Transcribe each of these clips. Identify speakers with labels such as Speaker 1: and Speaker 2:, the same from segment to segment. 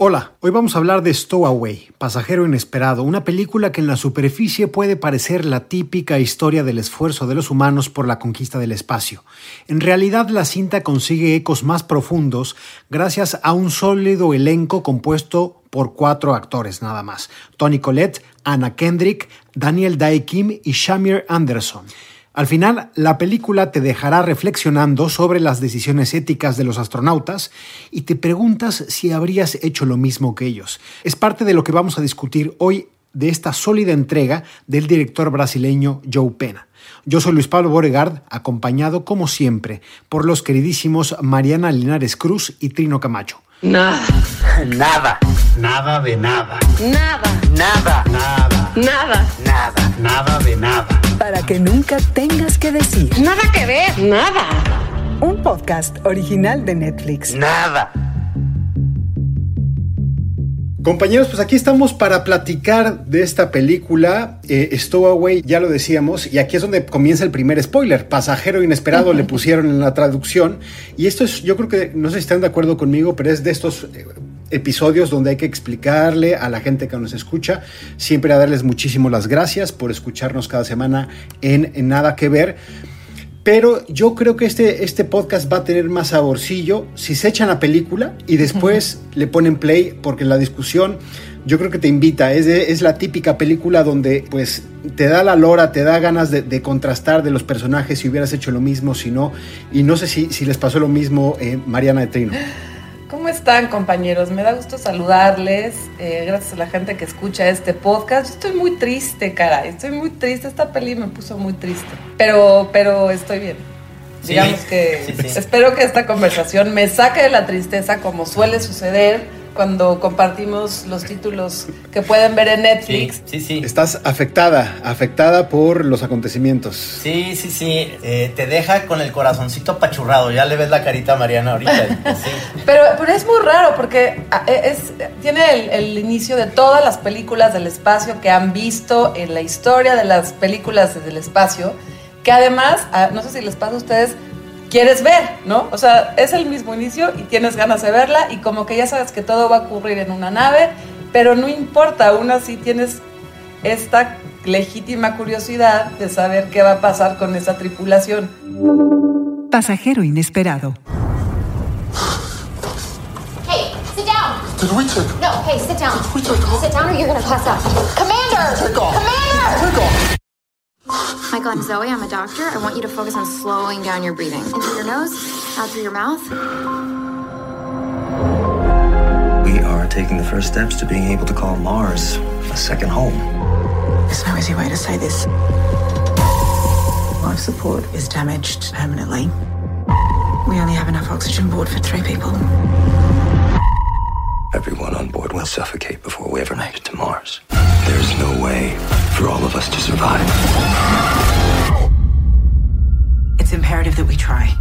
Speaker 1: Hola, hoy vamos a hablar de Stowaway, Pasajero Inesperado, una película que en la superficie puede parecer la típica historia del esfuerzo de los humanos por la conquista del espacio. En realidad, la cinta consigue ecos más profundos gracias a un sólido elenco compuesto por 4 actores nada más: Toni Collette, Anna Kendrick, Daniel Dae Kim y Shamir Anderson. Al final, la película te dejará reflexionando sobre las decisiones éticas de los astronautas y te preguntas si habrías hecho lo mismo que ellos. Es parte de lo que vamos a discutir hoy de esta sólida entrega del director brasileño Joe Pena. Yo soy Luis Pablo Beauregard, acompañado como siempre por los queridísimos Mariana Linares Cruz y Trino Camacho.
Speaker 2: Nada.
Speaker 3: Nada.
Speaker 1: Nada de nada.
Speaker 2: Nada.
Speaker 3: Nada.
Speaker 1: Nada.
Speaker 2: Nada.
Speaker 3: Nada.
Speaker 1: Nada de nada.
Speaker 4: Para que nunca tengas que decir.
Speaker 2: Nada que ver. Nada.
Speaker 4: Un podcast original de Netflix.
Speaker 3: Nada.
Speaker 1: Compañeros, pues aquí estamos para platicar de esta película, Stowaway, ya lo decíamos, y aquí es donde comienza el primer spoiler. Pasajero Inesperado le pusieron en la traducción, y esto es, yo creo que, no sé si están de acuerdo conmigo, pero es de estos episodios donde hay que explicarle a la gente que nos escucha, siempre a darles muchísimo las gracias por escucharnos cada semana en Nada que Ver. Pero yo creo que este podcast va a tener más saborcillo si se echan la película y después le ponen play, porque la discusión yo creo que te invita. Es la típica película donde pues te da la lora, te da ganas de contrastar de los personajes, si hubieras hecho lo mismo, si no. Y no sé si les pasó lo mismo, Mariana de Trino.
Speaker 5: ¿Cómo están, compañeros? Me da gusto saludarles. Gracias a la gente que escucha este podcast. Yo estoy muy triste, caray. Estoy muy triste. Esta peli me puso muy triste. Pero estoy bien. Sí, digamos que sí. Espero que esta conversación me saque de la tristeza, como suele suceder cuando compartimos los títulos que pueden ver en Netflix.
Speaker 3: Sí.
Speaker 1: Estás afectada por los acontecimientos.
Speaker 3: Sí. Te deja con el corazoncito apachurrado. Ya le ves la carita a Mariana ahorita. Sí.
Speaker 5: Pero es muy raro porque tiene el inicio de todas las películas del espacio que han visto en la historia de las películas del espacio, que además, no sé si les pasa a ustedes, quieres ver, ¿no? O sea, es el mismo inicio y tienes ganas de verla y como que ya sabes que todo va a ocurrir en una nave, pero no importa, aún así tienes esta legítima curiosidad de saber qué va a pasar con esa tripulación.
Speaker 4: Pasajero Inesperado.
Speaker 6: Hey, sit down.
Speaker 7: Did we take?
Speaker 6: No, hey, sit down.
Speaker 7: Did we take off?
Speaker 6: Sit down or you're gonna pass out. Commander!
Speaker 7: Take off.
Speaker 6: Commander!
Speaker 7: Take off.
Speaker 6: Michael, I'm Zoe. I'm a doctor. I want you to focus on slowing down your breathing. In through your nose, out through your mouth.
Speaker 8: We are taking the first steps to being able to call Mars a second home.
Speaker 4: There's no easy way to say this. Life support is damaged permanently. We only have enough oxygen aboard for 3 people.
Speaker 8: Everyone on board will suffocate before we ever make it to Mars. There's no way for all of us to survive.
Speaker 4: It's imperative that we try.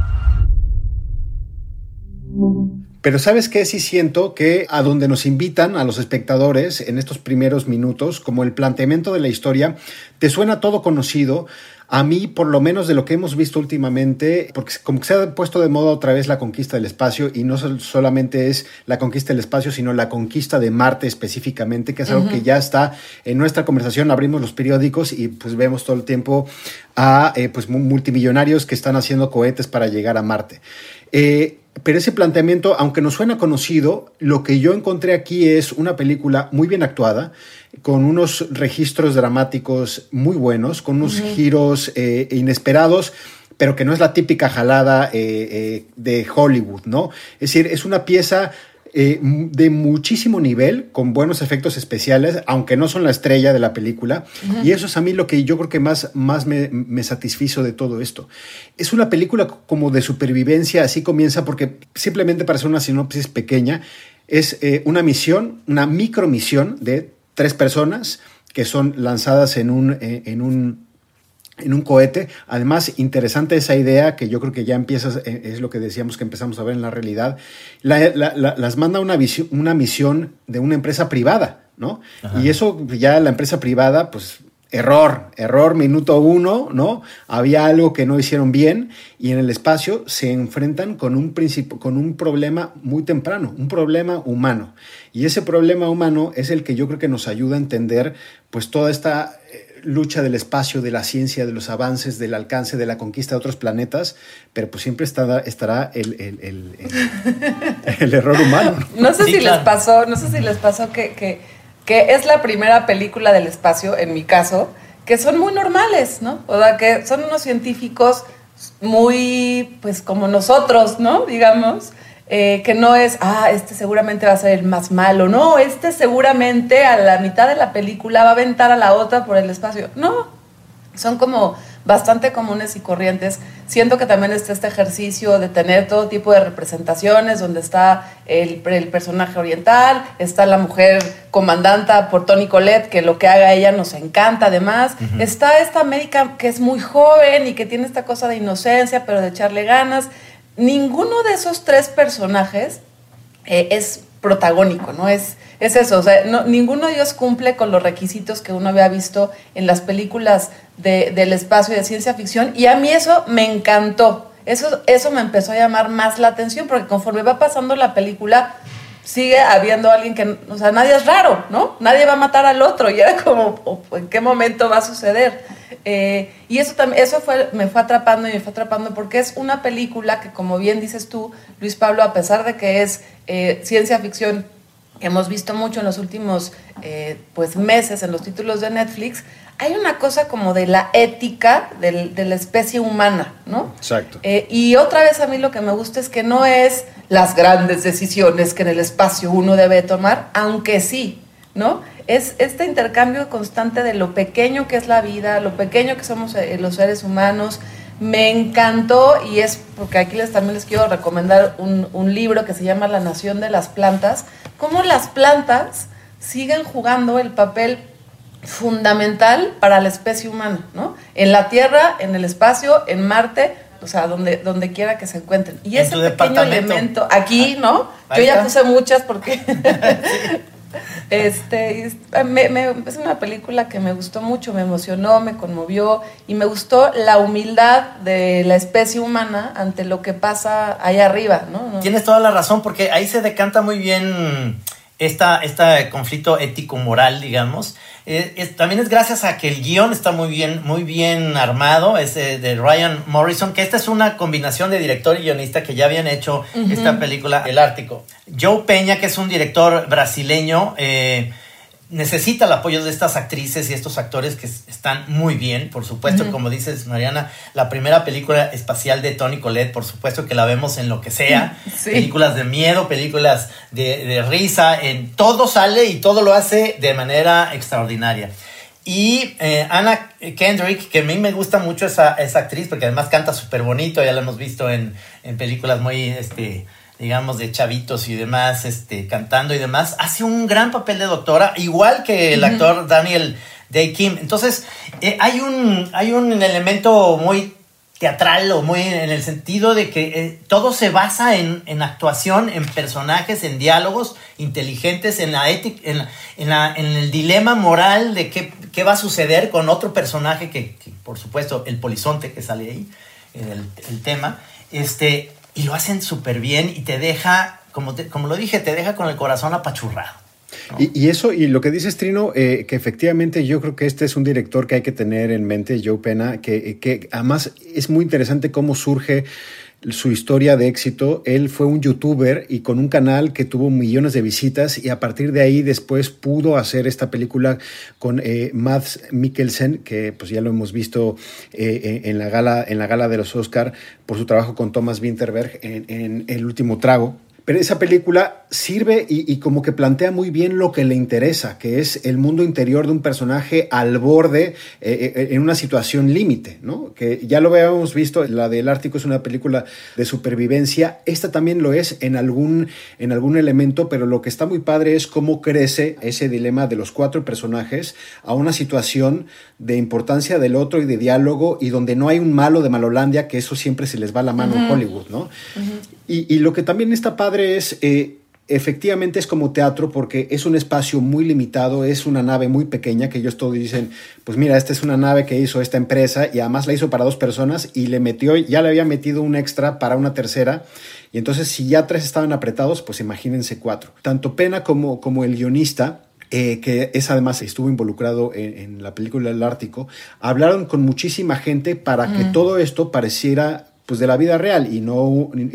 Speaker 1: Pero ¿sabes qué? Sí siento que a donde nos invitan a los espectadores en estos primeros minutos, como el planteamiento de la historia, te suena todo conocido. A mí, por lo menos de lo que hemos visto últimamente, porque como que se ha puesto de moda otra vez la conquista del espacio, y no solamente es la conquista del espacio, sino la conquista de Marte específicamente, que es algo que ya está en nuestra conversación. Abrimos los periódicos y pues vemos todo el tiempo a pues multimillonarios que están haciendo cohetes para llegar a Marte. Pero ese planteamiento, aunque nos suena conocido, lo que yo encontré aquí es una película muy bien actuada, con unos registros dramáticos muy buenos, con unos giros inesperados, pero que no es la típica jalada de Hollywood, ¿no? Es decir, es una pieza de muchísimo nivel, con buenos efectos especiales, aunque no son la estrella de la película. Y eso es a mí lo que yo creo que más me satisfizo de todo esto. Es una película como de supervivencia, así comienza, porque simplemente para hacer una sinopsis pequeña, es una micromisión de 3 personas que son lanzadas en un cohete. Además, interesante esa idea que yo creo que ya empiezas, es lo que decíamos que empezamos a ver en la realidad. Las manda una misión de una empresa privada, ¿no? Ajá. Y eso ya la empresa privada, pues Error, minuto 1, ¿no? Había algo que no hicieron bien y en el espacio se enfrentan con un problema muy temprano, un problema humano. Y ese problema humano es el que yo creo que nos ayuda a entender pues toda esta lucha del espacio, de la ciencia, de los avances, del alcance, de la conquista de otros planetas, pero pues siempre estará el error humano.
Speaker 5: No sé si les pasó que es la primera película del espacio, en mi caso, que son muy normales, ¿no? O sea, que son unos científicos muy, pues, como nosotros, ¿no? Digamos, que no es, este seguramente va a ser el más malo, no, este seguramente a la mitad de la película va a aventar a la otra por el espacio. No, son como bastante comunes y corrientes. Siento que también está este ejercicio de tener todo tipo de representaciones, donde está el personaje oriental, está la mujer comandanta por Toni Collette, que lo que haga ella nos encanta además. Uh-huh. Está esta médica que es muy joven y que tiene esta cosa de inocencia, pero de echarle ganas. Ninguno de esos tres personajes es protagónico, ¿no? Es eso, o sea, ninguno de ellos cumple con los requisitos que uno había visto en las películas del espacio y de ciencia ficción, y a mí eso me encantó. Eso me empezó a llamar más la atención, porque conforme va pasando la película, sigue habiendo alguien que, o sea, nadie es raro, ¿no? Nadie va a matar al otro, y era como, ¿en qué momento va a suceder? Y eso me fue atrapando porque es una película que, como bien dices tú, Luis Pablo, a pesar de que es ciencia ficción, que hemos visto mucho en los últimos meses en los títulos de Netflix, hay una cosa como de la ética de la especie humana, ¿no?
Speaker 1: Exacto.
Speaker 5: Y otra vez a mí lo que me gusta es que no es las grandes decisiones que en el espacio uno debe tomar, aunque sí, ¿no? Es este intercambio constante de lo pequeño que es la vida, lo pequeño que somos los seres humanos. Me encantó, y es porque aquí también les quiero recomendar un libro que se llama La Nación de las Plantas, cómo las plantas siguen jugando el papel fundamental para la especie humana, ¿no? En la Tierra, en el espacio, en Marte, o sea, donde quiera que se encuentren. Y ese pequeño elemento, aquí, ¿no? Yo ya puse muchas porque... Es una película que me gustó mucho, me emocionó, me conmovió, y me gustó la humildad de la especie humana ante lo que pasa allá arriba, ¿no?
Speaker 3: Tienes toda la razón, porque ahí se decanta muy bien este conflicto ético-moral, digamos. También es gracias a que el guión está muy bien armado, es de Ryan Morrison, que esta es una combinación de director y guionista que ya habían hecho esta película, El Ártico. Joe Peña, que es un director brasileño, necesita el apoyo de estas actrices y estos actores que están muy bien, por supuesto, como dices, Mariana, la primera película espacial de Toni Collette, por supuesto que la vemos en lo que sea, sí. Películas de miedo, películas de risa, en todo sale y todo lo hace de manera extraordinaria. Y Anna Kendrick, que a mí me gusta mucho esa actriz, porque además canta súper bonito, ya la hemos visto en películas muy... digamos, de chavitos y demás, cantando y demás, hace un gran papel de doctora, igual que el actor Daniel Day-Kim. Entonces, hay un elemento muy teatral, o muy en el sentido de que todo se basa en actuación, en personajes, en diálogos inteligentes, en la ética, en el dilema moral de qué va a suceder con otro personaje que por supuesto, el polizonte que sale ahí, el tema, y lo hacen súper bien y te deja, como lo dije, te deja con el corazón apachurrado, ¿no?
Speaker 1: Y eso, y lo que dices, Trino, que efectivamente yo creo que este es un director que hay que tener en mente, Joe Peña, que además es muy interesante cómo surge su historia de éxito. Él fue un youtuber y con un canal que tuvo millones de visitas, y a partir de ahí después pudo hacer esta película con Mads Mikkelsen, que pues ya lo hemos visto en la gala de los Oscar por su trabajo con Thomas Vinterberg en El Último Trago. Pero esa película sirve y como que plantea muy bien lo que le interesa, que es el mundo interior de un personaje al borde, en una situación límite, ¿no? Que ya lo habíamos visto, la del Ártico es una película de supervivencia, esta también lo es en algún elemento, pero lo que está muy padre es cómo crece ese dilema de los cuatro personajes a una situación de importancia del otro y de diálogo, y donde no hay un malo de Malolandia, que eso siempre se les va la mano en Hollywood, ¿no? Y lo que también está padre es efectivamente es como teatro porque es un espacio muy limitado, es una nave muy pequeña que ellos todos dicen, pues mira, esta es una nave que hizo esta empresa y además la hizo para 2 personas y ya le había metido un extra para una tercera. Y entonces si ya 3 estaban apretados, pues imagínense 4. Tanto Pena como el guionista, que es además estuvo involucrado en la película El Ártico, hablaron con muchísima gente para que todo esto pareciera pues de la vida real y no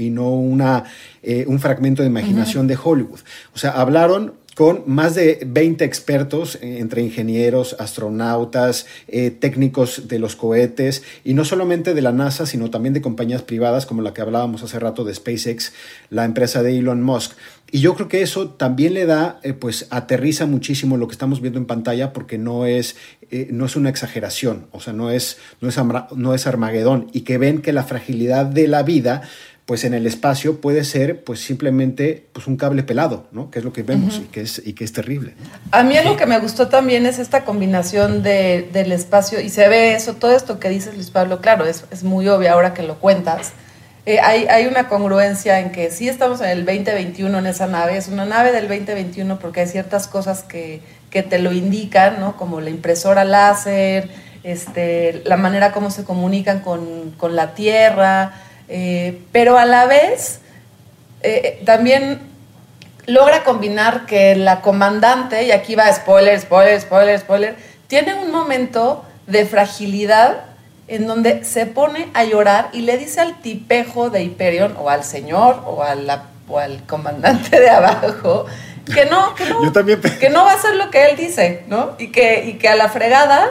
Speaker 1: un fragmento de imaginación de Hollywood. O sea, hablaron con más de 20 expertos entre ingenieros, astronautas, técnicos de los cohetes, y no solamente de la NASA, sino también de compañías privadas como la que hablábamos hace rato de SpaceX, la empresa de Elon Musk. Y yo creo que eso también le da, pues aterriza muchísimo lo que estamos viendo en pantalla, porque no es una exageración, o sea, no es Armagedón, y que ven que la fragilidad de la vida pues en el espacio puede ser pues simplemente pues un cable pelado, ¿no? Que es lo que vemos y que es terrible, ¿no?
Speaker 5: A mí algo que me gustó también es esta combinación del espacio, y se ve eso, todo esto que dices, Luis Pablo, claro, es muy obvio ahora que lo cuentas. Hay una congruencia en que sí estamos en el 2021 en esa nave, es una nave del 2021 porque hay ciertas cosas que te lo indican, ¿no? Como la impresora láser, la manera como se comunican con la Tierra, pero a la vez también logra combinar que la comandante, y aquí va spoiler, tiene un momento de fragilidad en donde se pone a llorar y le dice al tipejo de Hyperion, o al señor, o al comandante de abajo, que no va a hacer lo que él dice, ¿no? Y que a la fregada,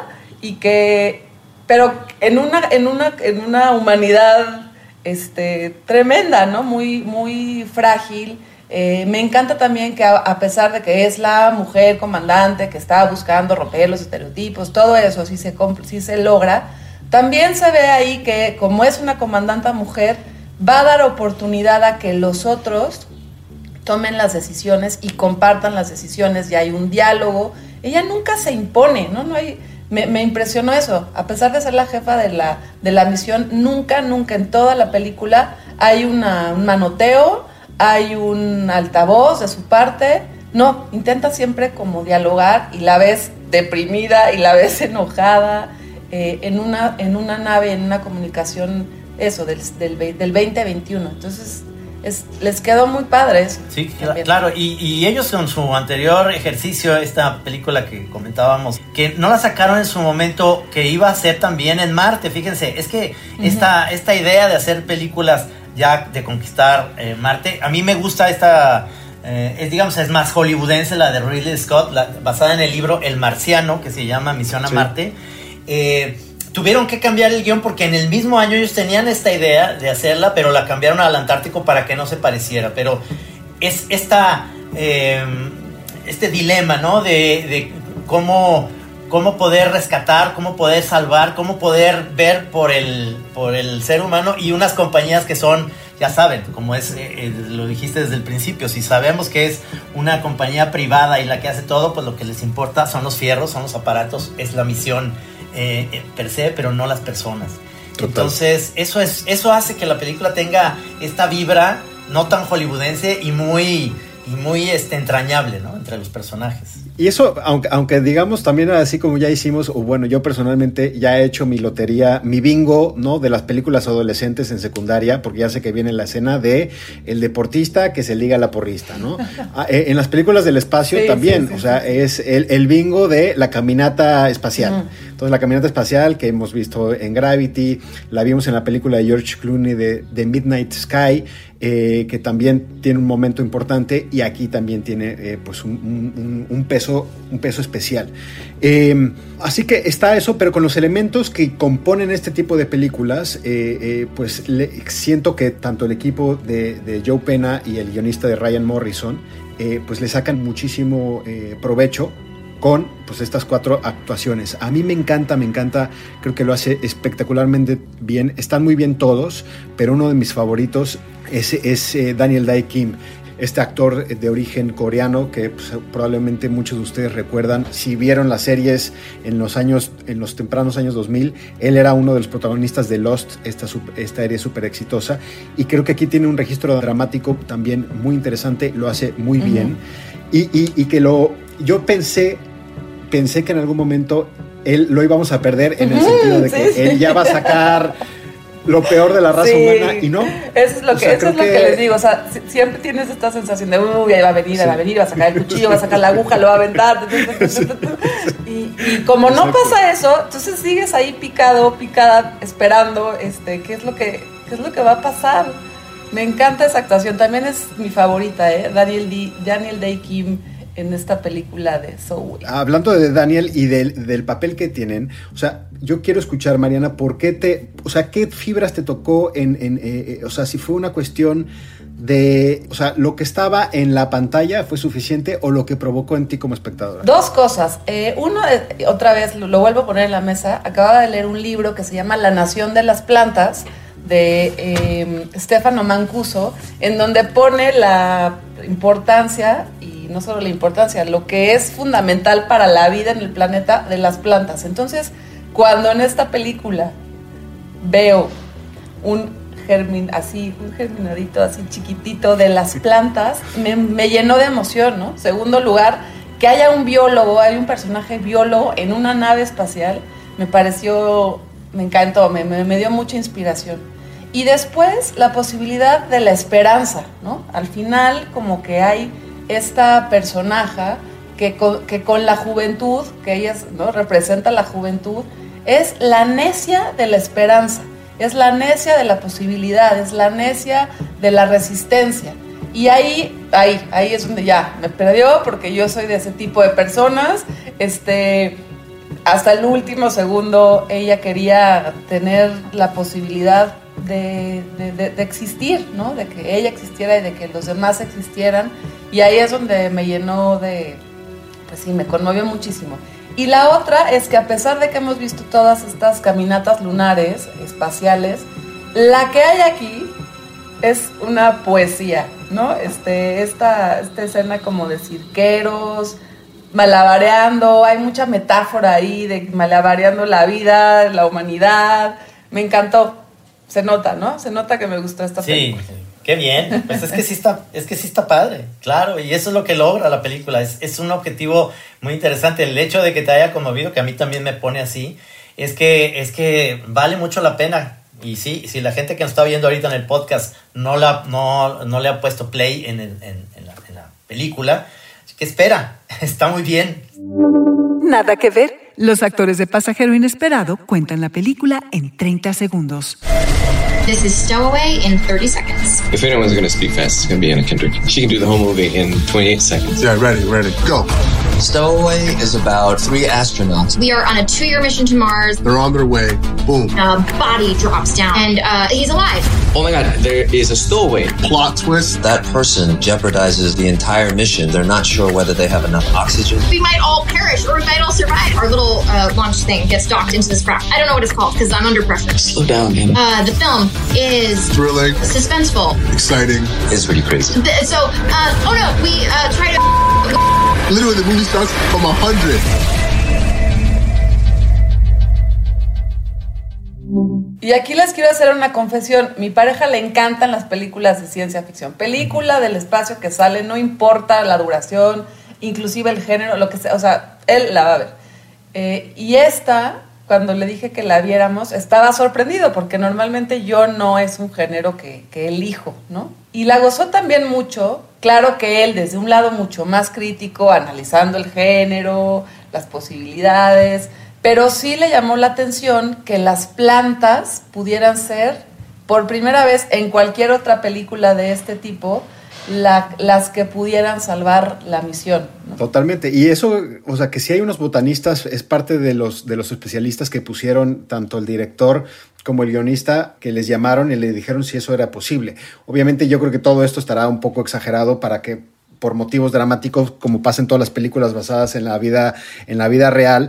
Speaker 5: pero en una humanidad tremenda, ¿no? Muy, muy frágil. Me encanta también que a pesar de que es la mujer comandante que está buscando romper los estereotipos, todo eso sí se logra, también se ve ahí que como es una comandante mujer, va a dar oportunidad a que los otros tomen las decisiones y compartan las decisiones, y hay un diálogo. Ella nunca se impone, ¿no? No hay... Me impresionó eso, a pesar de ser la jefa de la misión, nunca en toda la película hay un manoteo, hay un altavoz de su parte. No, intenta siempre como dialogar, y la ves deprimida y la ves enojada, en una nave, en una comunicación, eso, del 2021. Entonces les quedó muy padre eso.
Speaker 3: Sí, claro, y ellos en su anterior ejercicio, esta película que comentábamos, que no la sacaron en su momento, que iba a ser también en Marte. Fíjense, es que esta idea de hacer películas ya de conquistar Marte, a mí me gusta es más hollywoodense, la de Ridley Scott, basada en el libro El Marciano, que se llama Misión a Marte. Tuvieron que cambiar el guión porque en el mismo año ellos tenían esta idea de hacerla, pero la cambiaron al Antártico para que no se pareciera. Pero es este dilema, ¿no? De cómo poder rescatar, cómo poder salvar, cómo poder ver por el ser humano, y unas compañías que son, ya saben, como lo dijiste desde el principio, si sabemos que es una compañía privada y la que hace todo, pues lo que les importa son los fierros, son los aparatos, es la misión per se, pero no las personas. Total. Entonces eso hace que la película tenga esta vibra no tan hollywoodense y muy entrañable, ¿no? Entre los personajes.
Speaker 1: Y eso, aunque digamos también así como ya hicimos, o bueno, yo personalmente ya he hecho mi lotería, mi bingo, ¿no? De las películas adolescentes en secundaria, porque ya sé que viene la escena de el deportista que se liga a la porrista, ¿no? En las películas del espacio también, o sea, es el bingo de la caminata espacial. Entonces, la caminata espacial que hemos visto en Gravity, la vimos en la película de George Clooney de Midnight Sky, que también tiene un momento importante, y aquí también tiene pues un peso especial. Así que está eso, pero con los elementos que componen este tipo de películas, pues siento que tanto el equipo de Joe Pena y el guionista de Ryan Morrison pues le sacan muchísimo provecho con pues estas 4 actuaciones. A mí me encanta, creo que lo hace espectacularmente bien, están muy bien todos, pero uno de mis favoritos es Daniel Dae Kim. este actor de origen coreano que pues, probablemente muchos de ustedes recuerdan. Si vieron las series en los tempranos años 2000, él era uno de los protagonistas de Lost, esta serie súper exitosa, y creo que aquí tiene un registro dramático también muy interesante, lo hace muy bien, y que yo pensé que en algún momento él lo íbamos a perder en el sentido de que él ya va a sacar lo peor de la raza humana, y no.
Speaker 5: Eso es lo que les digo, o sea, siempre tienes esta sensación de ahí va a venir, va a sacar el cuchillo, va a sacar la aguja, lo va a aventar, y como no pasa eso, entonces sigues ahí picada, esperando qué es lo que va a pasar. Me encanta esa actuación, también es mi favorita, Daniel Day-Kim en esta película de Zoe.
Speaker 1: Hablando de Daniel y del papel que tienen, o sea, yo quiero escuchar, Mariana, ¿qué fibras te tocó o sea, si fue una cuestión de, o sea, lo que estaba en la pantalla fue suficiente o lo que provocó en ti como espectadora?
Speaker 5: Dos cosas. Uno, otra vez, lo vuelvo a poner en la mesa, acababa de leer un libro que se llama La Nación de las Plantas, de Stefano Mancuso, en donde pone la importancia, y no solo la importancia, lo que es fundamental para la vida en el planeta de las plantas. Entonces, cuando en esta película veo un germinadito así chiquitito de las plantas, me llenó de emoción, ¿no? Segundo lugar, que haya hay un personaje biólogo en una nave espacial, me encantó, me dio mucha inspiración. Y después la posibilidad de la esperanza, ¿no? Al final como que hay esta personaje que con la juventud, que ella ¿no? representa la juventud, es la necia de la esperanza, es la necia de la posibilidad, es la necia de la resistencia. Y ahí es donde ya me perdió, porque yo soy de ese tipo de personas. Hasta el último segundo ella quería tener la posibilidad de existir, ¿no? De que ella existiera y de que los demás existieran. Y ahí es donde me llenó pues sí, me conmovió muchísimo. Y la otra es que a pesar de que hemos visto todas estas caminatas lunares, espaciales, la que hay aquí es una poesía, ¿no? Esta escena como de cirqueros, malabareando, hay mucha metáfora ahí de malabareando la vida, la humanidad. Me encantó. Se nota, ¿no? Se nota que me gustó esta película.
Speaker 3: Sí, qué bien. Pues es que sí está padre, claro, y eso es lo que logra la película. Es un objetivo muy interesante. El hecho de que te haya conmovido, que a mí también me pone así, es que vale mucho la pena. Y sí, si la gente que nos está viendo ahorita en el podcast no le ha puesto play en la película, ¿qué espera? Está muy bien.
Speaker 7: Nada que ver. Los actores de Pasajero Inesperado cuentan la película en 30 segundos.
Speaker 6: This is Stowaway in 30 seconds.
Speaker 9: If anyone's going to speak fast, it's going to be Anna Kendrick. She can do the whole movie in 28 seconds.
Speaker 10: Yeah, ready, go.
Speaker 11: Stowaway is about 3 astronauts.
Speaker 6: We are on a 2-year mission to Mars.
Speaker 10: They're on their way. Boom.
Speaker 6: A body drops down, and he's alive.
Speaker 9: Oh my God, there is a stowaway.
Speaker 10: Plot twist.
Speaker 11: That person jeopardizes the entire mission. They're not sure whether they have enough oxygen.
Speaker 6: We might all perish, or we might all survive. Our little launch thing gets docked into this craft. I don't know what it's called, because I'm under pressure.
Speaker 9: Slow down, Anna.
Speaker 6: The film is...
Speaker 10: thrilling.
Speaker 6: Suspenseful.
Speaker 10: Exciting.
Speaker 11: It's pretty crazy.
Speaker 6: We try to...
Speaker 10: Literally, the movie starts from 100.
Speaker 5: Y aquí les quiero hacer una confesión. Mi pareja le encantan las películas de ciencia ficción. Película del espacio que sale, no importa la duración, inclusive el género, lo que sea. O sea, él la va a ver. Y cuando le dije que la viéramos, estaba sorprendido, porque normalmente yo no es un género que elijo, ¿no? Y la gozó también mucho. Claro que él, desde un lado mucho más crítico, analizando el género, las posibilidades, pero sí le llamó la atención que las plantas pudieran ser, por primera vez en cualquier otra película de este tipo, las que pudieran salvar la misión, ¿no?
Speaker 1: Totalmente. Y eso, o sea, que si hay unos botanistas, es parte de los especialistas que pusieron tanto el director como el guionista, que les llamaron y le dijeron si eso era posible. Obviamente yo creo que todo esto estará un poco exagerado para que, por motivos dramáticos, como pasa en todas las películas basadas en la vida real,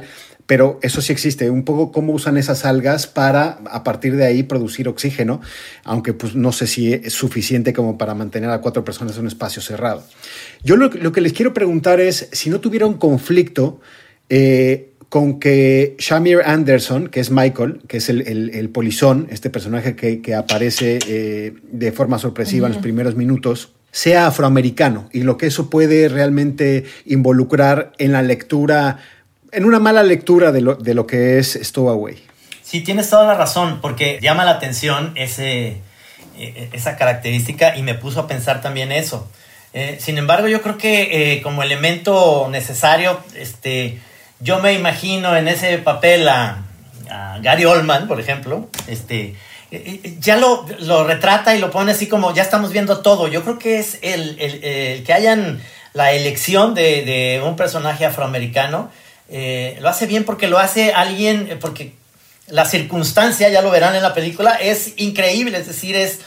Speaker 1: pero eso sí existe, un poco cómo usan esas algas para a partir de ahí producir oxígeno, aunque pues no sé si es suficiente como para mantener a 4 personas en un espacio cerrado. Yo lo que les quiero preguntar es si no tuviera un conflicto con que Shamir Anderson, que es Michael, que es el polizón, este personaje que aparece de forma sorpresiva en los primeros minutos, sea afroamericano y lo que eso puede realmente involucrar en la lectura, en una mala lectura de lo que es Stowaway.
Speaker 3: Sí, tienes toda la razón, porque llama la atención esa característica y me puso a pensar también eso. Sin embargo, yo creo que como elemento necesario, yo me imagino en ese papel a Gary Oldman, por ejemplo, ya lo retrata y lo pone así como ya estamos viendo todo. Yo creo que es el que hayan la elección de un personaje afroamericano, lo hace bien porque lo hace alguien, porque la circunstancia, ya lo verán en la película, es increíble, es decir, es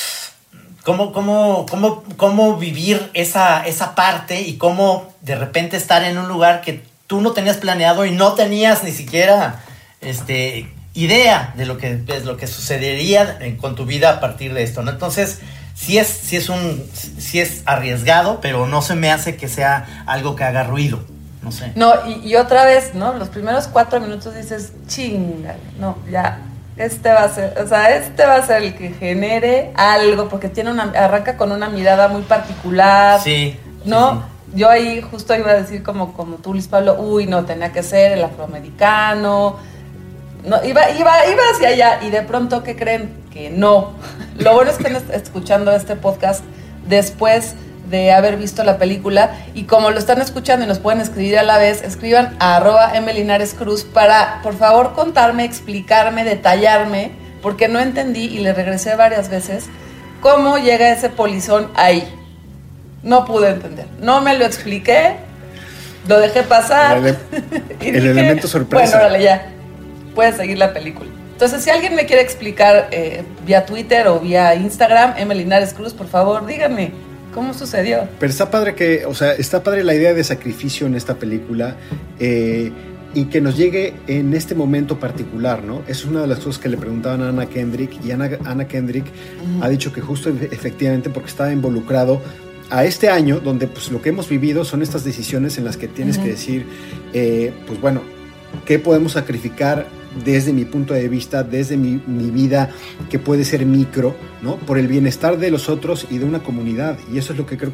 Speaker 3: cómo vivir esa parte y cómo de repente estar en un lugar que tú no tenías planeado y no tenías ni siquiera idea de lo que sucedería con tu vida a partir de esto, ¿no? Entonces, sí es arriesgado, pero no se me hace que sea algo que haga ruido, no sé. No,
Speaker 5: y otra vez, ¿no? Los primeros 4 minutos dices, chinga, no, ya, va a ser el que genere algo, porque arranca con una mirada muy particular,
Speaker 3: sí,
Speaker 5: ¿no?
Speaker 3: Sí.
Speaker 5: Yo ahí justo iba a decir como tú, Luis Pablo, no, tenía que ser el afroamericano. No, iba hacia allá y de pronto, ¿qué creen? Que no. Lo bueno es que están escuchando este podcast después de haber visto la película y como lo están escuchando y nos pueden escribir a la vez, escriban a @mlinarescruz para, por favor, contarme, explicarme, detallarme, porque no entendí y le regresé varias veces cómo llega ese polizón ahí. No pude entender, no me lo expliqué, lo dejé pasar.
Speaker 1: El elemento sorpresa.
Speaker 5: Bueno, órale, ya, puedes seguir la película. Entonces, si alguien me quiere explicar vía Twitter o vía Instagram, Linares Cruz, por favor, díganme cómo sucedió.
Speaker 1: Pero está padre la idea de sacrificio en esta película y que nos llegue en este momento particular, ¿no? Es una de las cosas que le preguntaban a Anna Kendrick y Anna Kendrick ha dicho que justo efectivamente porque estaba involucrado a este año donde pues lo que hemos vivido son estas decisiones en las que tienes que decir, pues bueno, ¿qué podemos sacrificar desde mi punto de vista, desde mi vida, que puede ser micro, ¿no? Por el bienestar de los otros y de una comunidad? Y eso es lo que creo que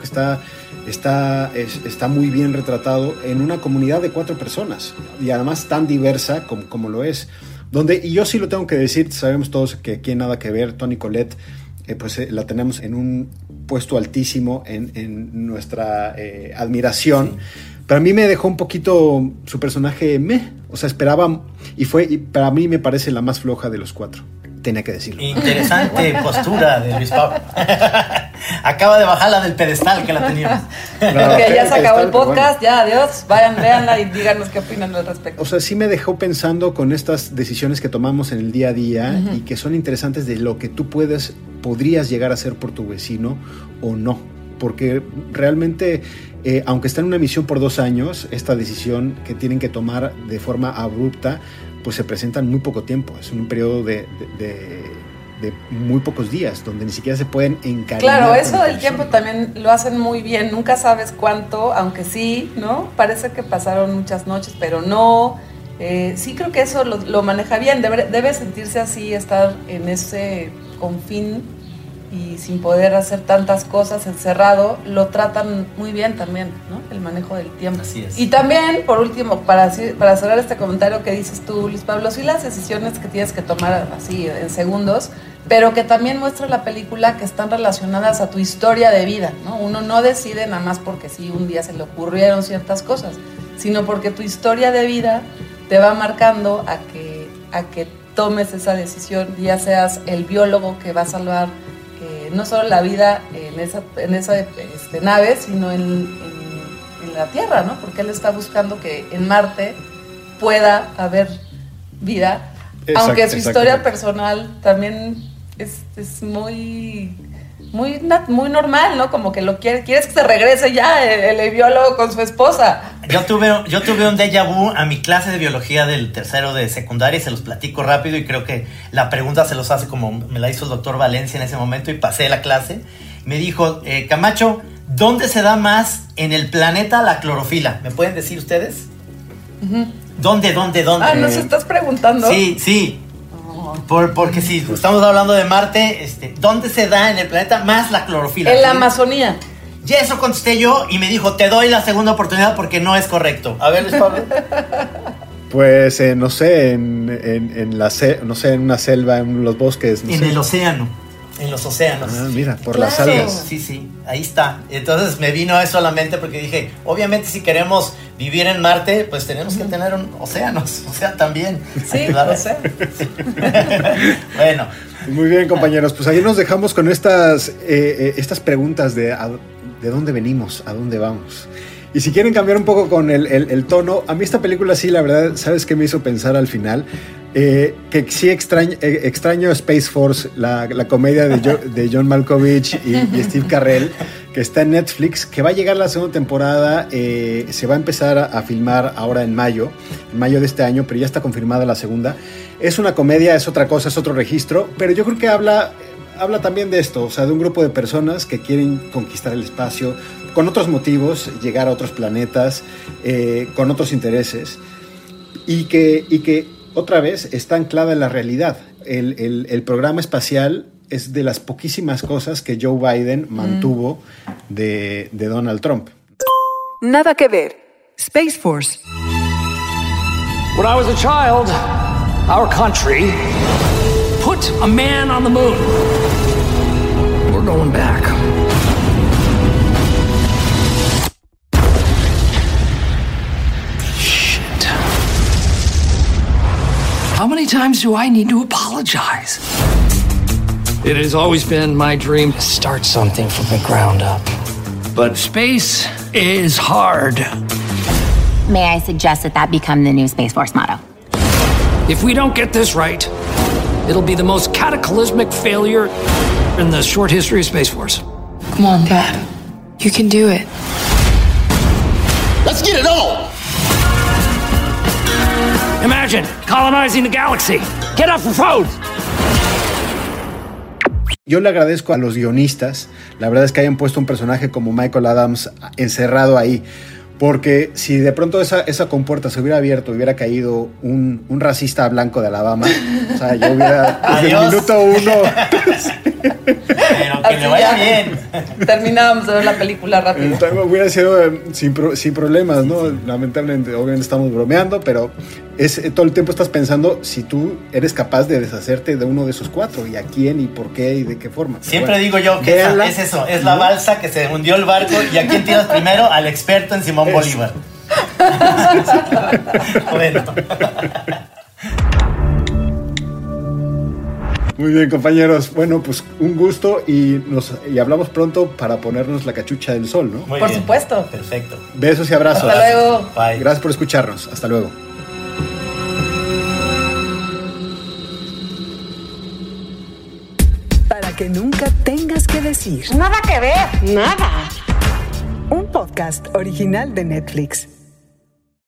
Speaker 1: está muy bien retratado en una comunidad de 4 personas y además tan diversa como lo es. Y yo sí lo tengo que decir, sabemos todos que aquí en Nada que Ver, Toni Collette, la tenemos en un puesto altísimo en nuestra admiración. Sí. Pero a mí me dejó un poquito su personaje esperaba, y para mí me parece la más floja de los 4. Tenía que decirlo.
Speaker 3: Interesante postura de Luis Pablo. Acaba de bajarla del pedestal que la teníamos.
Speaker 5: Porque ya se acabó el podcast, ya, adiós. Vayan, véanla y díganos qué opinan al respecto.
Speaker 1: O sea, sí me dejó pensando con estas decisiones que tomamos en el día a día y que son interesantes de lo que tú podrías llegar a hacer por tu vecino o no. Porque realmente, aunque está en una misión por 2 años, esta decisión que tienen que tomar de forma abrupta, pues se presenta en muy poco tiempo. Es un periodo de muy pocos días, donde ni siquiera se pueden encariñar.
Speaker 5: Claro, eso del tiempo también lo hacen muy bien. Nunca sabes cuánto, aunque sí, ¿no? Parece que pasaron muchas noches, pero no. Sí creo que eso lo maneja bien. Debe sentirse así, estar en ese confín y sin poder hacer tantas cosas encerrado. Lo tratan muy bien también, ¿no? El manejo del tiempo.
Speaker 3: Así es.
Speaker 5: Y también, por último, para cerrar este comentario que dices tú, Luis Pablo, sí las decisiones que tienes que tomar así en segundos, pero que también muestra la película que están relacionadas a tu historia de vida, ¿no? Uno no decide nada más porque sí un día se le ocurrieron ciertas cosas, sino porque tu historia de vida te va marcando a que tomes esa decisión, ya seas el biólogo que va a salvar no solo la vida en esa nave, sino en la Tierra, ¿no? Porque él está buscando que en Marte pueda haber vida, aunque su historia personal también es muy muy normal, ¿no? Como que quieres que se regrese ya el biólogo con su esposa.
Speaker 3: Yo tuve un déjà vu a mi clase de biología del tercero de secundaria y se los platico rápido y creo que la pregunta se los hace como me la hizo el doctor Valencia en ese momento y pasé la clase. Me dijo, Camacho, ¿dónde se da más en el planeta la clorofila? ¿Me pueden decir ustedes? Uh-huh. ¿Dónde?
Speaker 5: Ah, ¿nos estás preguntando?
Speaker 3: Sí. Porque si estamos hablando de Marte, ¿dónde se da en el planeta más la clorofila?
Speaker 5: En la Amazonía.
Speaker 3: Y eso contesté yo y me dijo, te doy la segunda oportunidad porque no es correcto. A ver, Luis Pablo.
Speaker 1: Pues, no sé, en una selva, en los bosques.
Speaker 3: En el océano. En los océanos.
Speaker 1: Ah, mira, por las algas.
Speaker 3: Sí, ahí está. Entonces me vino eso a la mente porque dije, obviamente si queremos vivir en Marte, pues tenemos que tener océanos, o sea, también.
Speaker 5: Sí, océanos.
Speaker 3: Bueno.
Speaker 1: Muy bien, compañeros, pues ahí nos dejamos con estas preguntas de dónde venimos, a dónde vamos. Y si quieren cambiar un poco con el tono, a mí esta película sí, la verdad, ¿sabes qué me hizo pensar al final? Que sí extraño Space Force, la comedia de John Malkovich y Steve Carell, que está en Netflix, que va a llegar la segunda temporada, se va a empezar a filmar ahora en mayo de este año, pero ya está confirmada la segunda. Es una comedia, es otra cosa, es otro registro, pero yo creo que habla también de esto, o sea, de un grupo de personas que quieren conquistar el espacio, con otros motivos, llegar a otros planetas, con otros intereses, y que otra vez está anclada en la realidad. El programa espacial es de las poquísimas cosas que Joe Biden mantuvo de Donald Trump.
Speaker 7: Nada que ver. Space Force.
Speaker 12: When I was a child, our country put a man on the moon. We're going back. Shit. How many times do I need to apologize? It has always been my dream to start something from the ground up. But space is hard.
Speaker 13: May I suggest that become the new Space Force motto?
Speaker 12: If we don't get this right, it'll be the most cataclysmic failure in the short history of Space Force.
Speaker 4: Come on, Dad. You can do it.
Speaker 10: Let's get it on!
Speaker 12: Imagine colonizing the galaxy. Get off the phone!
Speaker 1: Yo le agradezco a los guionistas, la verdad es que hayan puesto un personaje como Michael Adams encerrado ahí, porque si de pronto esa compuerta se hubiera abierto, hubiera caído un racista blanco de Alabama, o sea, yo hubiera desde el minuto 1...
Speaker 3: Pero que le vaya bien.
Speaker 5: Terminábamos de ver la película rápido.
Speaker 1: Hubiera sido sin problemas, ¿no? Lamentablemente, obviamente estamos bromeando, pero todo el tiempo estás pensando si tú eres capaz de deshacerte de uno de esos cuatro, y a quién, y por qué, y de qué forma.
Speaker 3: Siempre digo yo que es eso, es la balsa que se hundió el barco, y a quién tiras primero, al experto en Simón Bolívar. Bueno.
Speaker 1: Muy bien, compañeros. Bueno, pues un gusto y hablamos pronto para ponernos la cachucha del sol, ¿no?
Speaker 5: Por supuesto.
Speaker 3: Perfecto.
Speaker 1: Besos y abrazos.
Speaker 5: Hasta luego.
Speaker 3: Bye.
Speaker 1: Gracias por escucharnos. Hasta luego.
Speaker 7: Para que nunca tengas que decir.
Speaker 2: Nada que ver. Nada.
Speaker 7: Un podcast original de Netflix.